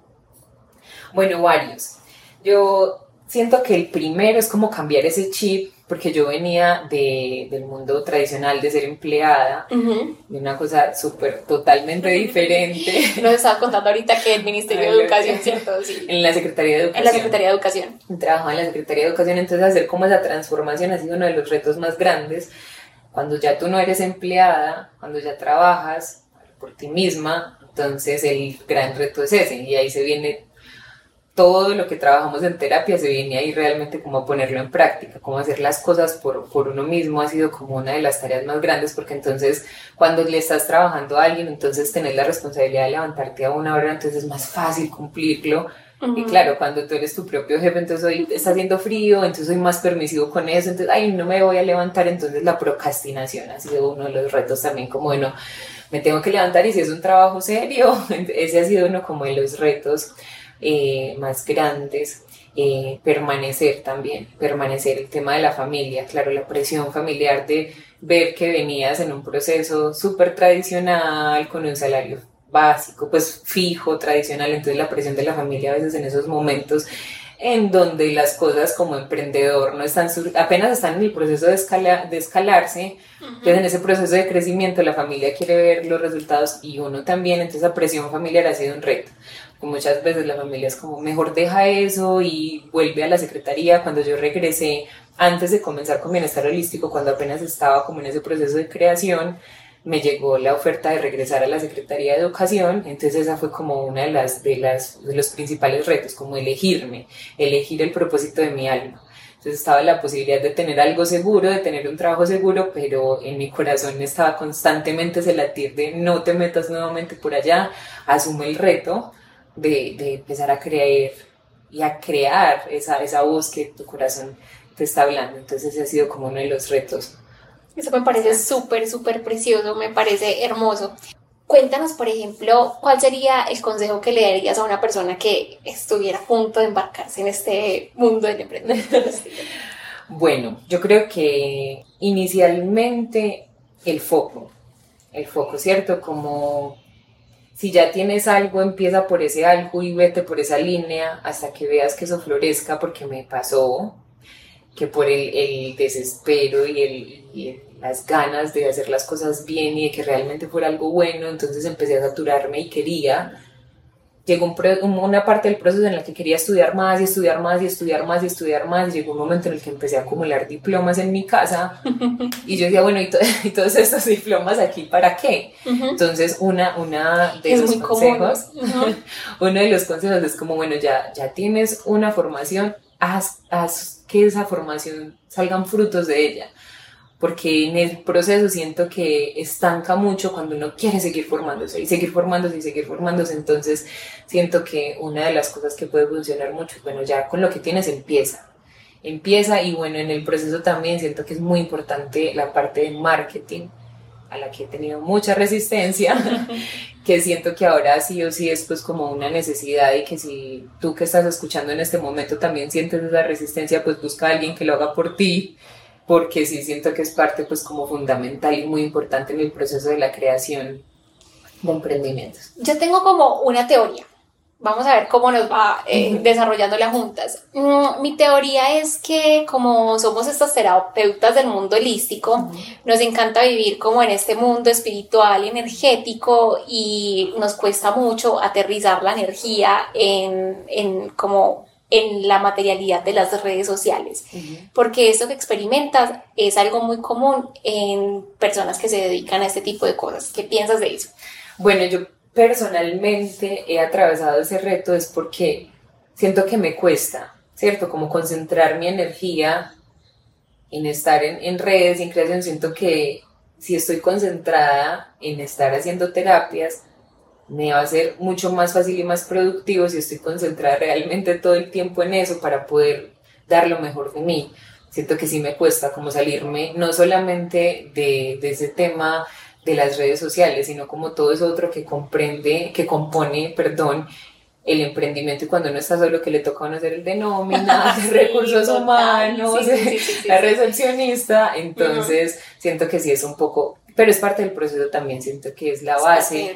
C: Bueno, varios. Yo siento que el primero es como cambiar ese chip, porque yo venía del mundo tradicional de ser empleada, de una cosa totalmente diferente.
A: Nos estaba contando ahorita que el Ministerio de Educación, ¿cierto? Sí.
C: En la Secretaría de Educación.
A: En la Secretaría de Educación.
C: Trabajaba en la Secretaría de Educación, entonces hacer como esa transformación ha sido uno de los retos más grandes. Cuando ya tú no eres empleada, cuando ya trabajas por ti misma, entonces el gran reto es ese, y ahí se viene todo lo que trabajamos en terapia, se viene ahí realmente como a ponerlo en práctica, como hacer las cosas por uno mismo. Ha sido como una de las tareas más grandes, porque entonces cuando le estás trabajando a alguien, entonces tenés la responsabilidad de levantarte a una hora, entonces es más fácil cumplirlo. Y claro, cuando tú eres tu propio jefe, entonces hoy está haciendo frío, entonces soy más permisivo con eso, entonces, ay, no me voy a levantar. Entonces la procrastinación ha sido uno de los retos también, como bueno, me tengo que levantar, y si es un trabajo serio, ese ha sido uno como de los retos más grandes. Permanecer el tema de la familia, claro, la presión familiar de ver que venías en un proceso súper tradicional, con un salario básico, pues fijo, tradicional, entonces la presión de la familia a veces en esos momentos en donde las cosas como emprendedor no están, apenas están en el proceso de escalarse, entonces en ese proceso de crecimiento la familia quiere ver los resultados y uno también, entonces la presión familiar ha sido un reto. Muchas veces la familia es como, mejor deja eso y vuelve a la secretaría. Cuando yo regresé, antes de comenzar con Bienestar Holístico, cuando apenas estaba como en ese proceso de creación, me llegó la oferta de regresar a la Secretaría de Educación. Entonces esa fue como una de los principales retos, como elegir el propósito de mi alma. Entonces estaba la posibilidad de tener algo seguro, de tener un trabajo seguro, pero en mi corazón estaba constantemente ese latir de no te metas nuevamente por allá, asume el reto de empezar a creer y a crear esa voz que tu corazón te está hablando. Entonces ese ha sido como uno de los retos.
A: Eso me parece súper precioso, me parece hermoso. Cuéntanos, por ejemplo, ¿cuál sería el consejo que le darías a una persona que estuviera a punto de embarcarse en este mundo del emprendimiento?
C: Bueno, yo creo que inicialmente el foco, ¿cierto? Como si ya tienes algo, empieza por ese algo y vete por esa línea hasta que veas que eso florezca, porque me pasó que por el desespero y las ganas de hacer las cosas bien y de que realmente fuera algo bueno, entonces empecé a saturarme y llegó una parte del proceso en la que quería estudiar más y estudiar más y estudiar más y estudiar más. Llegó un momento en el que empecé a acumular diplomas en mi casa y yo decía, bueno, ¿y todos estos diplomas aquí para qué? Entonces uno de los consejos es como, bueno, ya tienes una formación, haz que esa formación salgan frutos de ella, porque en el proceso siento que estanca mucho cuando uno quiere seguir formándose y seguir formándose y seguir formándose. Entonces siento que una de las cosas que puede funcionar mucho es, bueno, ya con lo que tienes empieza, y bueno, en el proceso también siento que es muy importante la parte de marketing, a la que he tenido mucha resistencia, que siento que ahora sí o sí es pues como una necesidad, y que si tú que estás escuchando en este momento también sientes esa resistencia, pues busca a alguien que lo haga por ti, porque sí siento que es parte pues como fundamental y muy importante en el proceso de la creación de emprendimientos.
A: Yo tengo como una teoría. Vamos a ver cómo nos va desarrollándola juntas. Mi teoría es que como somos estos terapeutas del mundo holístico, nos encanta vivir como en este mundo espiritual y energético, y nos cuesta mucho aterrizar la energía en la materialidad de las redes sociales. Porque esto que experimentas es algo muy común en personas que se dedican a este tipo de cosas. ¿Qué piensas de eso?
C: Bueno, yo personalmente he atravesado ese reto es porque siento que me cuesta, ¿cierto? Como concentrar mi energía en estar en redes y en creación. Siento que si estoy concentrada en estar haciendo terapias, me va a ser mucho más fácil y más productivo si estoy concentrada realmente todo el tiempo en eso para poder dar lo mejor de mí. Siento que sí me cuesta como salirme, no solamente de ese tema de las redes sociales, sino como todo eso otro que compone, el emprendimiento, y cuando uno está solo, que le toca conocer el de nómina, de recursos humanos, la recepcionista, entonces siento que sí es un poco, pero es parte del proceso también, siento que es la base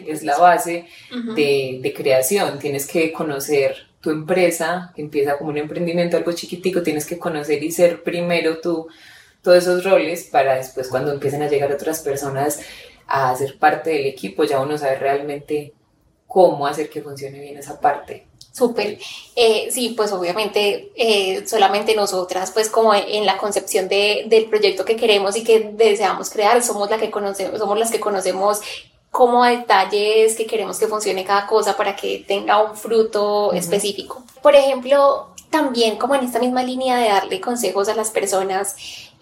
C: de creación. Tienes que conocer tu empresa, que empieza como un emprendimiento, algo chiquitico, tienes que conocer y ser primero tú todos esos roles, para después cuando empiecen a llegar otras personas a ser parte del equipo, ya uno sabe realmente cómo hacer que funcione bien esa parte.
A: Súper. Sí, pues obviamente solamente nosotras, pues como en la concepción del proyecto que queremos y que deseamos crear, somos las que conocemos como a detalles que queremos que funcione cada cosa para que tenga un fruto específico. Por ejemplo, también como en esta misma línea de darle consejos a las personas,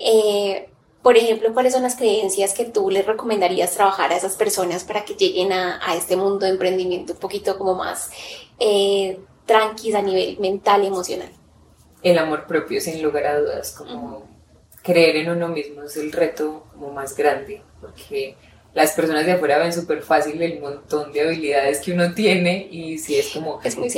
A: por ejemplo, ¿cuáles son las creencias que tú les recomendarías trabajar a esas personas para que lleguen a este mundo de emprendimiento un poquito como más tranquis a nivel mental y emocional?
C: El amor propio, sin lugar a dudas, como creer en uno mismo es el reto como más grande, porque las personas de afuera ven súper fácil el montón de habilidades que uno tiene, y sí es como
A: es muy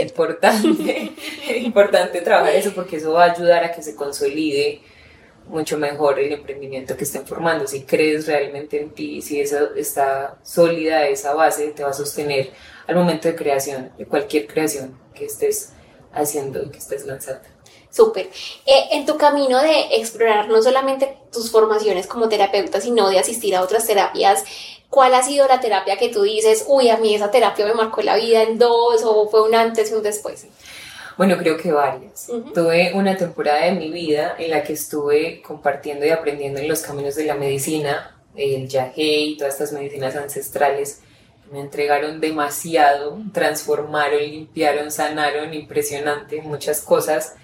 C: importante trabajar eso, porque eso va a ayudar a que se consolide mucho mejor el emprendimiento que estén formando. Si crees realmente en ti, si está sólida esa base, te va a sostener al momento de creación, de cualquier creación que estés haciendo, que estés lanzando.
A: Súper. En tu camino de explorar no solamente tus formaciones como terapeuta, sino de asistir a otras terapias, ¿cuál ha sido la terapia que tú dices, uy, a mí esa terapia me marcó la vida en dos, o fue un antes y un después?
C: Bueno, creo que varias. Tuve una temporada de mi vida en la que estuve compartiendo y aprendiendo en los caminos de la medicina, el yagé y todas estas medicinas ancestrales. Me entregaron demasiado, transformaron, limpiaron, sanaron, impresionante, muchas cosas.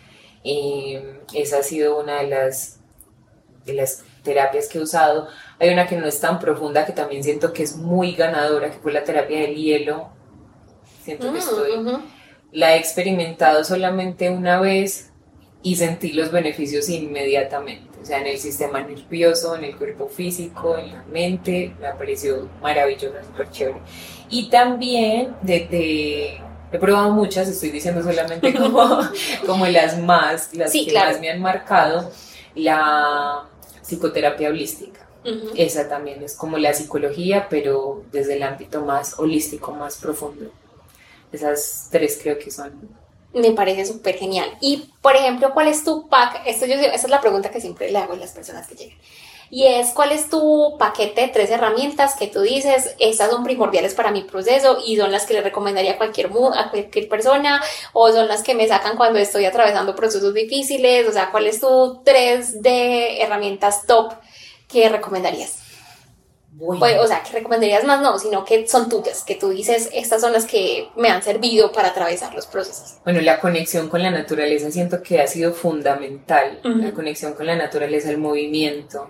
C: Esa ha sido una de las terapias que he usado. Hay una que no es tan profunda, que también siento que es muy ganadora, que fue la terapia del hielo. Siento que la he experimentado solamente una vez y sentí los beneficios inmediatamente, o sea, en el sistema nervioso, en el cuerpo físico, en la mente. Me pareció maravillosa, súper chévere. Y también he probado muchas, estoy diciendo solamente como las que más me han marcado. La psicoterapia holística, esa también es como la psicología, pero desde el ámbito más holístico, más profundo. Esas tres creo que son.
A: Me parece súper genial. Y, por ejemplo, ¿cuál es tu pack? Esa es la pregunta que siempre le hago a las personas que llegan. Y es, ¿cuál es tu paquete de 3 herramientas que tú dices, estas son primordiales para mi proceso y son las que le recomendaría a cualquier persona, o son las que me sacan cuando estoy atravesando procesos difíciles? O sea, ¿cuál es tu 3 de herramientas top que recomendarías?
C: Bueno.
A: Pues, o sea, que recomendarías más no, sino que son tuyas, que tú dices, estas son las que me han servido para atravesar los procesos.
C: Bueno, la conexión con la naturaleza siento que ha sido fundamental. La conexión con la naturaleza, el movimiento,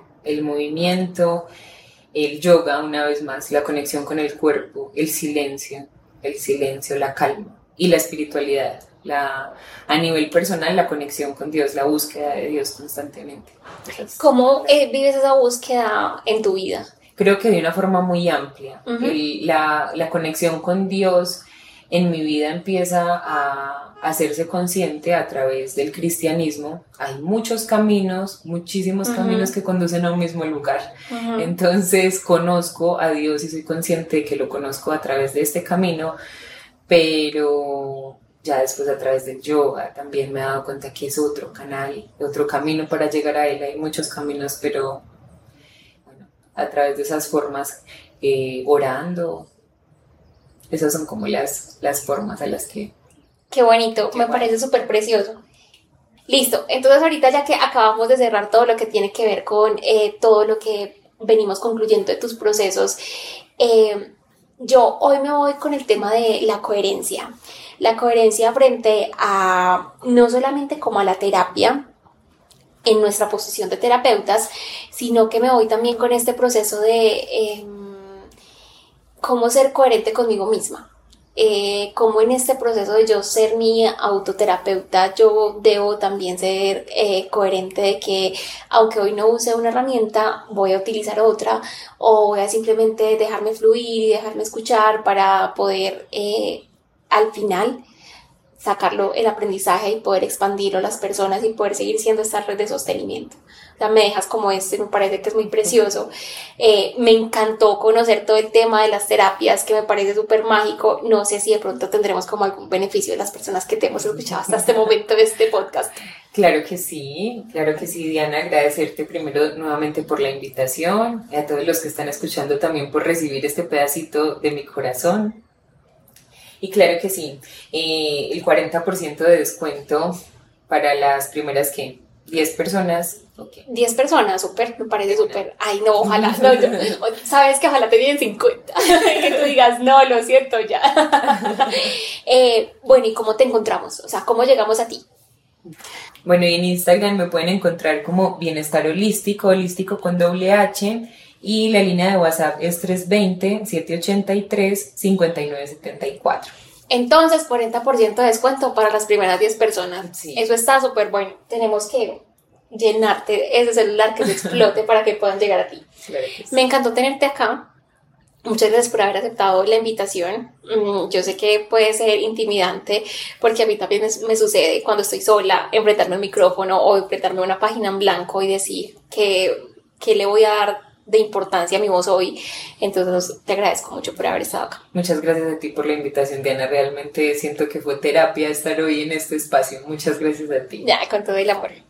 C: el yoga, una vez más, la conexión con el cuerpo, el silencio, la calma y la espiritualidad. A nivel personal, la conexión con Dios, la búsqueda de Dios constantemente.
A: ¿Cómo vives esa búsqueda en tu vida?
C: creo que de una forma muy amplia.
A: Ujú.
C: La conexión con Dios en mi vida empieza a hacerse consciente a través del cristianismo. Hay muchos caminos, muchísimos
A: Ujú.
C: caminos que conducen a un mismo lugar.
A: Ujú.
C: Entonces conozco a Dios y soy consciente de que lo conozco a través de este camino, pero ya después a través del yoga también me he dado cuenta que es otro canal, otro camino para llegar a él. Hay muchos caminos, pero bueno, a través de esas formas, orando, esas son como las formas a las que...
A: Qué bonito, me
C: Qué
A: parece súper precioso. Listo, entonces ahorita ya que acabamos de cerrar todo lo que tiene que ver con todo lo que venimos concluyendo de tus procesos, yo hoy me voy con el tema de la coherencia. La coherencia frente a no solamente como a la terapia en nuestra posición de terapeutas, sino que me voy también con este proceso de cómo ser coherente conmigo misma. Cómo en este proceso de yo ser mi autoterapeuta, yo debo también ser coherente de que aunque hoy no use una herramienta, voy a utilizar otra o voy a simplemente dejarme fluir y dejarme escuchar para poder al final sacarlo el aprendizaje y poder expandirlo a las personas y poder seguir siendo esta red de sostenimiento. O sea, me dejas como me parece que es muy precioso. Me encantó conocer todo el tema de las terapias, que me parece súper mágico. No sé si de pronto tendremos como algún beneficio de las personas que te hemos escuchado hasta este momento de este podcast.
C: Claro que sí, Diana, agradecerte primero nuevamente por la invitación y a todos los que están escuchando también por recibir este pedacito de mi corazón. Y claro que sí, el 40% de descuento para las primeras, ¿qué? 10 personas. Okay.
A: 10 personas, súper, me parece súper. Ay, no, ojalá, no, sabes que ojalá te den 50, que tú digas, no, lo siento ya. Bueno, ¿y cómo te encontramos? O sea, ¿cómo llegamos a ti?
C: Bueno, y en Instagram me pueden encontrar como Bienestar Holístico, holístico con doble H, y la línea de WhatsApp es 320-783-5974.
A: Entonces, 40% de descuento para las primeras 10 personas.
C: Sí.
A: Eso está súper bueno. Tenemos que llenarte ese celular que se explote para que puedan llegar a ti.
C: Claro que sí.
A: Me encantó tenerte acá. Muchas gracias por haber aceptado la invitación. Yo sé que puede ser intimidante porque a mí también me sucede cuando estoy sola enfrentarme al micrófono o enfrentarme a una página en blanco y decir que le voy a dar de importancia a mi voz hoy. Entonces te agradezco mucho por haber estado acá.
C: Muchas gracias a ti por la invitación, Diana. Realmente siento que fue terapia estar hoy en este espacio. Muchas gracias a ti.
A: Ya, con todo el amor.